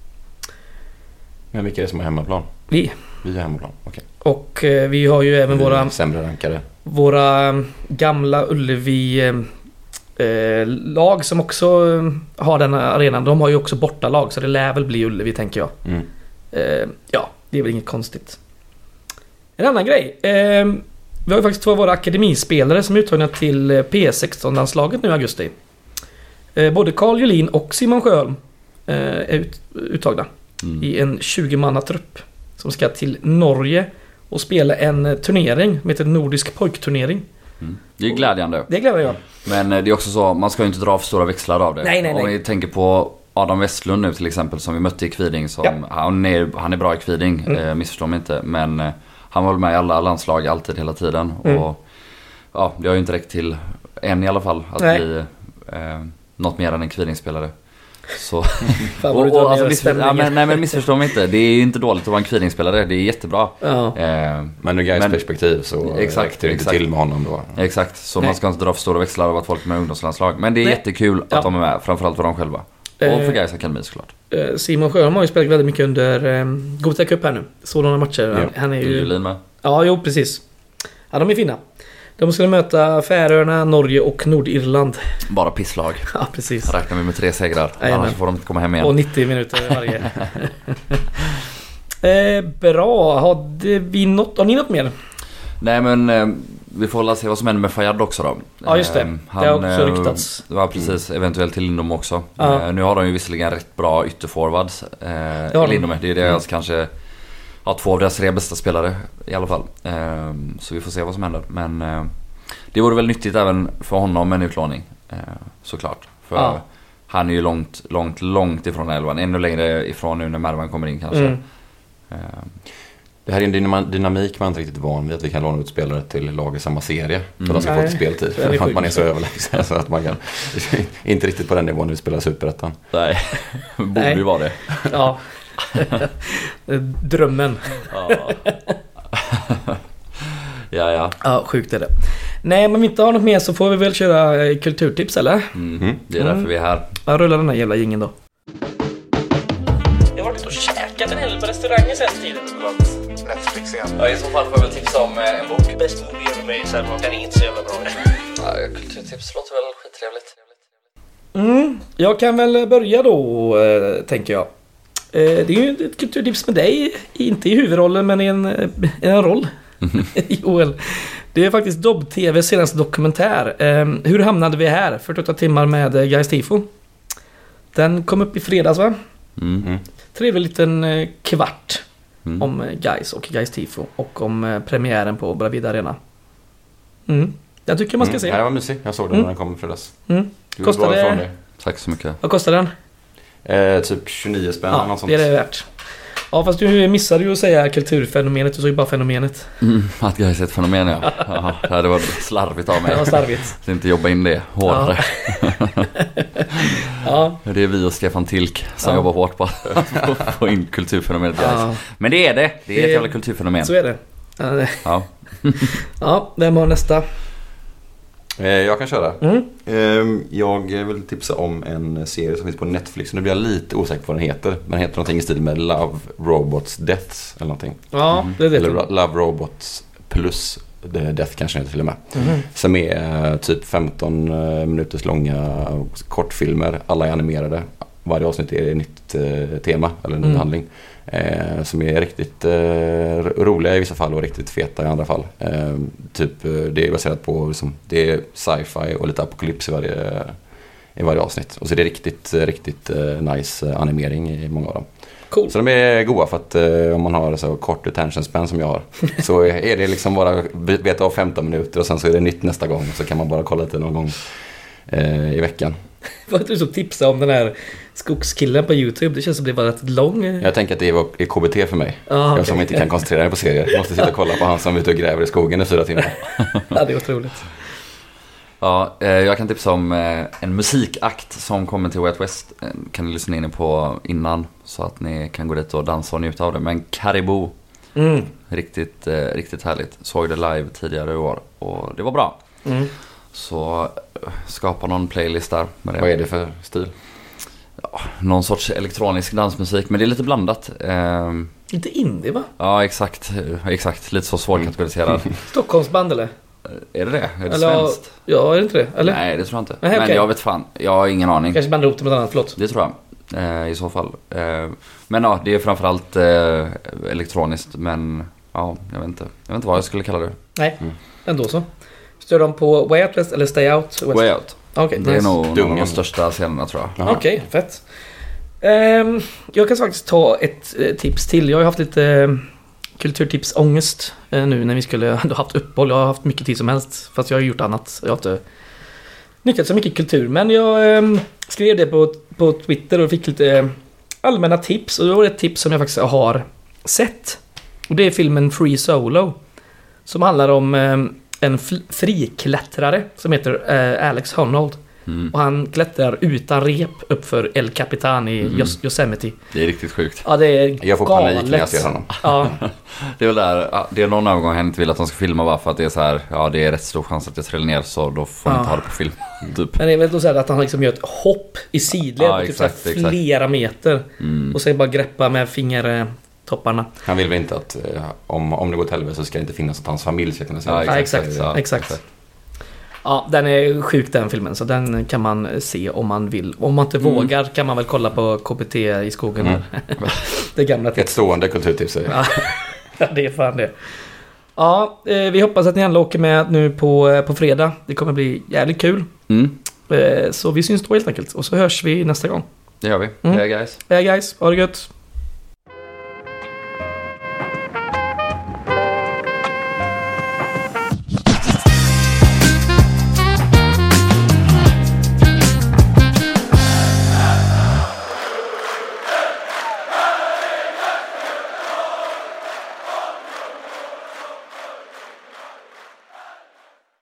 [SPEAKER 3] Men vilka är det som har hemmaplan?
[SPEAKER 1] Vi.
[SPEAKER 3] Vi har hemmaplan, okej.
[SPEAKER 1] Och eh, vi har ju även
[SPEAKER 3] Vi är
[SPEAKER 1] våra,
[SPEAKER 3] sämre rankade.
[SPEAKER 1] våra eh, gamla Ullevi eh, eh, lag som också eh, har den här arenan. De har ju också bortalag, så det lär väl bli Ullevi, tänker jag.
[SPEAKER 3] Mm.
[SPEAKER 1] Eh, ja, det är väl inget konstigt. En annan grej. Eh, vi har ju faktiskt två av våra akademispelare som är uttagna till eh, P sexton-landslaget nu i augusti. Eh, både Carl Julin och Simon Sjöholm eh, är ut, uttagna
[SPEAKER 2] Mm.
[SPEAKER 1] i en tjugo-manna-trupp som ska till Norge och spela en eh, turnering som heter Nordisk pojkturnering.
[SPEAKER 2] Mm. Det är glädjande.
[SPEAKER 1] Det glömmer jag.
[SPEAKER 2] Men eh, det är också så, man ska ju inte dra för stora växlar av det.
[SPEAKER 1] Nej, nej, nej.
[SPEAKER 2] Om vi tänker på Adam Westlund nu till exempel, som vi mötte i Kviding. Som,
[SPEAKER 1] Ja.
[SPEAKER 2] han, är, han är bra i Kviding,
[SPEAKER 1] Mm.
[SPEAKER 2] eh, missförstå mig inte. Men eh, han var väl med i alla landslag alltid, hela tiden.
[SPEAKER 1] Mm.
[SPEAKER 2] Och ja, det har ju inte räckt till än i alla fall att
[SPEAKER 1] Nej.
[SPEAKER 2] bli eh, något mer än en Kvidingspelare. Så...
[SPEAKER 1] Fan,
[SPEAKER 2] och,
[SPEAKER 1] vad du
[SPEAKER 2] och,
[SPEAKER 1] drar
[SPEAKER 2] alltså,
[SPEAKER 1] ner
[SPEAKER 2] missför, ja,
[SPEAKER 1] stämningen.
[SPEAKER 2] men, nej men missförstå mig inte. Det är ju inte dåligt att vara en Kvidingspelare. Det är jättebra.
[SPEAKER 1] Ja.
[SPEAKER 2] Eh,
[SPEAKER 3] Men ur guys
[SPEAKER 2] Men-
[SPEAKER 3] perspektiv så
[SPEAKER 2] Exakt,
[SPEAKER 3] räckte det inte
[SPEAKER 2] exakt.
[SPEAKER 3] till med honom då.
[SPEAKER 2] Exakt, så
[SPEAKER 1] Nej.
[SPEAKER 2] man ska inte dra för stora växlar av att folk är med i ungdomslandslag. Men det är
[SPEAKER 1] Nej.
[SPEAKER 2] jättekul att
[SPEAKER 1] Ja.
[SPEAKER 2] de är med, framförallt för dem själva. Och
[SPEAKER 1] Eh.
[SPEAKER 2] för Gais Akademi såklart.
[SPEAKER 1] Eh, Simon Sjöholm har ju spelat väldigt mycket under eh, Gothia Cup här nu. Sådana matcher.
[SPEAKER 3] Ja.
[SPEAKER 1] Han, han är
[SPEAKER 2] Är
[SPEAKER 1] ju...
[SPEAKER 2] Julin med?
[SPEAKER 1] Ja, jo, precis. Ja, de är fina. De skulle möta Färöarna, Norge och Nordirland.
[SPEAKER 2] Bara pisslag.
[SPEAKER 1] Ja, precis.
[SPEAKER 2] Räknar vi med tre segrar.
[SPEAKER 1] Jajamän.
[SPEAKER 2] Annars får de inte komma hem igen.
[SPEAKER 1] Och nittio minuter varje. eh, bra. Hade vi något, har ni något mer?
[SPEAKER 2] Nej men eh, vi får väl se vad som händer med Fayad också då.
[SPEAKER 1] Ja, just det.
[SPEAKER 2] Eh,
[SPEAKER 1] Det har också ryktats.
[SPEAKER 2] Det var precis, eventuellt till Lindom också.
[SPEAKER 1] Ja.
[SPEAKER 2] Eh, nu har de ju visserligen rätt bra ytterforwards eh,
[SPEAKER 1] har
[SPEAKER 2] i
[SPEAKER 1] de.
[SPEAKER 2] Lindom. Det är deras
[SPEAKER 3] Mm.
[SPEAKER 2] kanske ja, två av deras tre bästa spelare i alla fall. Eh, så vi får se vad som händer. Men eh, det vore väl nyttigt även för honom med en utlåning. Eh, såklart. För
[SPEAKER 1] Ja.
[SPEAKER 2] han är ju långt, långt, långt ifrån elvan. Ännu längre ifrån nu när Mervan kommer in kanske.
[SPEAKER 1] Mm.
[SPEAKER 2] Eh,
[SPEAKER 3] Det här är en dynam- dynamik man inte riktigt van vid, att vi kan låna ut spelare till lag i samma serie. För
[SPEAKER 2] Mm.
[SPEAKER 3] de ska
[SPEAKER 1] Nej,
[SPEAKER 3] få ett speltid.
[SPEAKER 1] det är
[SPEAKER 3] För att man är
[SPEAKER 1] sjukt.
[SPEAKER 3] så överlägsen så att man kan... inte riktigt på den nivån nu spelar Superettan.
[SPEAKER 2] nej, borde
[SPEAKER 1] Nej.
[SPEAKER 2] ju vara det.
[SPEAKER 1] Ja. Drömmen.
[SPEAKER 2] Ja. ja, ja.
[SPEAKER 1] Ja, sjukt är det. Nej, men om vi inte har något mer så får vi väl köra eh, kulturtips, eller?
[SPEAKER 2] Mm.
[SPEAKER 3] Mm.
[SPEAKER 2] Det är därför
[SPEAKER 1] Mm.
[SPEAKER 2] vi är här.
[SPEAKER 1] Jag rullar den här jävla jingeln då. Jag har varit ute och käkat en hel på restaurangen sen.
[SPEAKER 4] tiden något Netflix igen.
[SPEAKER 2] Ja, i så fall får jag väl tipsa om en bok.
[SPEAKER 4] Bäst movie över mig, sen den är inte så jävla bra.
[SPEAKER 2] Ja, kulturtips låter väl skittrevligt.
[SPEAKER 1] Mm, jag kan väl börja då, eh, tänker jag. Eh, det är ju ett kulturtips med dig, inte i huvudrollen men i en, i en roll. Joel. Det är faktiskt Dobb T V:s senaste dokumentär. Eh, hur hamnade vi här? fyrtioåtta timmar med eh, Gais Tifo. Den kom upp i fredags, va?
[SPEAKER 2] Mm. Mm.
[SPEAKER 1] Trevlig liten eh, kvart
[SPEAKER 2] mm.
[SPEAKER 1] om eh, Gais och Gais Tifo och om eh, premiären på Bravida Arena. Mm. Jag tycker man ska
[SPEAKER 3] mm.
[SPEAKER 1] se.
[SPEAKER 3] Ja, det var mysigt. Jag såg den
[SPEAKER 1] mm.
[SPEAKER 3] när den kom i fredags.
[SPEAKER 1] Mm. Kostar det...
[SPEAKER 3] det?
[SPEAKER 2] Tack så mycket.
[SPEAKER 1] Vad kostar den?
[SPEAKER 3] Eh, typ tjugonio spänn.
[SPEAKER 1] Ja,
[SPEAKER 3] något sånt.
[SPEAKER 1] det är det värt. Ja, fast du missade ju att säga kulturfenomenet. Du såg ju bara fenomenet.
[SPEAKER 2] Mm, att Gais är ett fenomen, ja. Ja, det var slarvigt av mig.
[SPEAKER 1] Det var slarvigt.
[SPEAKER 2] Så inte jobba in det hårdare.
[SPEAKER 1] Ja. Ja.
[SPEAKER 2] Det är vi och Stefan Tilk som ja. jobbar hårt på att få in kulturfenomenet Gais. Ja. Men det är det. Det är det... ett jävla kulturfenomen.
[SPEAKER 1] Så är det. Ja, det...
[SPEAKER 2] Ja.
[SPEAKER 1] Ja, vem har nästa?
[SPEAKER 3] Jag kan köra.
[SPEAKER 1] Mm.
[SPEAKER 3] Jag vill tipsa om en serie som finns på Netflix. Nu blir jag lite osäker på vad den heter. Men den heter någonting i stil med Love, Robots, Deaths eller någonting.
[SPEAKER 1] Ja, det är det.
[SPEAKER 3] Eller Love, Robots plus Death kanske heter till och med.
[SPEAKER 1] Mm.
[SPEAKER 3] Som är typ femton minuters långa kortfilmer. Alla är animerade. Varje avsnitt är ett nytt tema eller en ny
[SPEAKER 1] mm.
[SPEAKER 3] handling. Eh, som är riktigt eh, roliga i vissa fall och riktigt feta i andra fall. Eh, typ, det är baserat på liksom, det är sci-fi och lite apokalyps i varje, i varje avsnitt. Och så är det riktigt, riktigt eh, nice animering i många av dem.
[SPEAKER 1] Cool.
[SPEAKER 3] Så de är goda för att eh, om man har så kort attention span som jag har så är det liksom bara beta av femton minuter och sen så är det nytt nästa gång. Så kan man bara kolla lite någon gång eh, i veckan.
[SPEAKER 1] Vad du så tipsa om den här skogskillen på YouTube? Det känns som det var rätt lång.
[SPEAKER 3] Jag tänker att det är K B T för mig.
[SPEAKER 1] Ah, okay.
[SPEAKER 3] Jag som inte kan koncentrera mig på serier. Jag måste sitta och kolla på han som är ute och gräver i skogen i fyra timmar.
[SPEAKER 1] Ja, det är otroligt.
[SPEAKER 2] Ja, jag kan tipsa om en musikakt som kommer till Way Out West. Kan ni lyssna in på innan så att ni kan gå dit och dansa och njuta av det. Men Caribou,
[SPEAKER 1] mm.
[SPEAKER 2] riktigt, riktigt härligt. Såg det live tidigare i år och det var bra.
[SPEAKER 1] Mm.
[SPEAKER 2] Så skapa någon playlist där med det.
[SPEAKER 3] Vad är det för stil?
[SPEAKER 2] Ja, någon sorts elektronisk dansmusik, men det är lite blandat. Ehm,
[SPEAKER 1] lite indie, va?
[SPEAKER 2] Ja, exakt. Exakt. Lite så svårkategoriserad.
[SPEAKER 1] Stockholmsband, eller?
[SPEAKER 2] Är det det? Är det
[SPEAKER 1] eller,
[SPEAKER 2] svenskt?
[SPEAKER 1] Ja, är det inte det? Eller?
[SPEAKER 2] Nej, det tror jag inte.
[SPEAKER 1] Nej,
[SPEAKER 2] men
[SPEAKER 1] okay.
[SPEAKER 2] jag vet fan. Jag har ingen aning.
[SPEAKER 1] Kanske bandar ihop det med något annat, förlåt.
[SPEAKER 2] Det tror jag. Eh, I så fall. Eh, men ja, det är framförallt eh, elektroniskt. Men ja, jag vet inte. Jag vet inte vad jag skulle kalla det.
[SPEAKER 1] Nej, mm. ändå så. Står de på Way Out West eller Stay Out West?
[SPEAKER 2] Way Out.
[SPEAKER 1] Okay,
[SPEAKER 2] det
[SPEAKER 1] nice.
[SPEAKER 2] är nog någon av de största scenerna, tror jag.
[SPEAKER 1] Okej, okay, fett. Um, jag kan faktiskt ta ett uh, tips till. Jag har haft lite uh, kulturtipsångest uh, nu när vi skulle ha haft uppehåll. Jag har haft mycket tid som helst, fast jag har gjort annat. Jag har inte nyttjat så mycket kultur. Men jag um, skrev det på, på Twitter och fick lite uh, allmänna tips. Och det var ett tips som jag faktiskt har sett. Och det är filmen Free Solo. Som handlar om um, en fl- friklättrare som heter uh, Alex Honnold. Mm. Och han klättrar utan rep upp för El Capitan i mm. Yos- Yosemite.
[SPEAKER 2] Det är riktigt sjukt.
[SPEAKER 1] Ja, det är
[SPEAKER 3] jag får
[SPEAKER 1] galet.
[SPEAKER 3] panik när jag ser honom.
[SPEAKER 1] Ja.
[SPEAKER 2] Det är väl där, det är någon övergång han inte vill att de ska filma bara för att det är så här, ja, det är rätt stor chans att jag trillar ner, så då får man
[SPEAKER 1] ja.
[SPEAKER 2] inte ha det på film. Typ.
[SPEAKER 1] Men det är väl då så här att han liksom gör ett hopp i sidled
[SPEAKER 2] ja,
[SPEAKER 1] på typ
[SPEAKER 2] exakt,
[SPEAKER 1] så här flera
[SPEAKER 2] exakt.
[SPEAKER 1] meter.
[SPEAKER 2] Mm.
[SPEAKER 1] Och sen bara greppa med fingertopparna.
[SPEAKER 3] Han vill väl inte att eh, om, om det går till helvete så ska det inte finnas att hans familj ska kunna se.
[SPEAKER 1] Ja, exakt. Ja, exakt. exakt. Ja, den är sjuk, den filmen. Så den kan man se om man vill. Om man inte mm. vågar kan man väl kolla på K B T i skogen. Mm. Det gamla
[SPEAKER 3] ett stående kulturtips.
[SPEAKER 1] Ja, det är fan det. Ja, vi hoppas att ni alla åker med nu på, på fredag. Det kommer bli jävligt kul.
[SPEAKER 2] Mm.
[SPEAKER 1] Så vi syns då helt enkelt. Och så hörs vi nästa gång.
[SPEAKER 2] Det gör vi.
[SPEAKER 1] Mm.
[SPEAKER 2] Hej guys.
[SPEAKER 1] Hej guys, ha det gött.